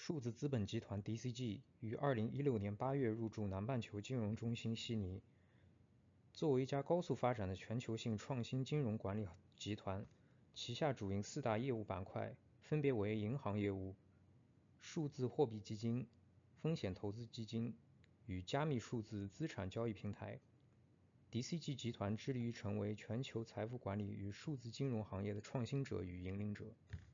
数字资本集团 DCG 于2016年8月入驻南半球金融中心悉尼。作为一家高速发展的全球性创新金融管理集团，旗下主营4大业务板块，分别为银行业务、数字货币基金、风险投资基金与加密数字资产交易平台。DCG 集团致力于成为全球财富管理与数字金融行业的创新者与引领者。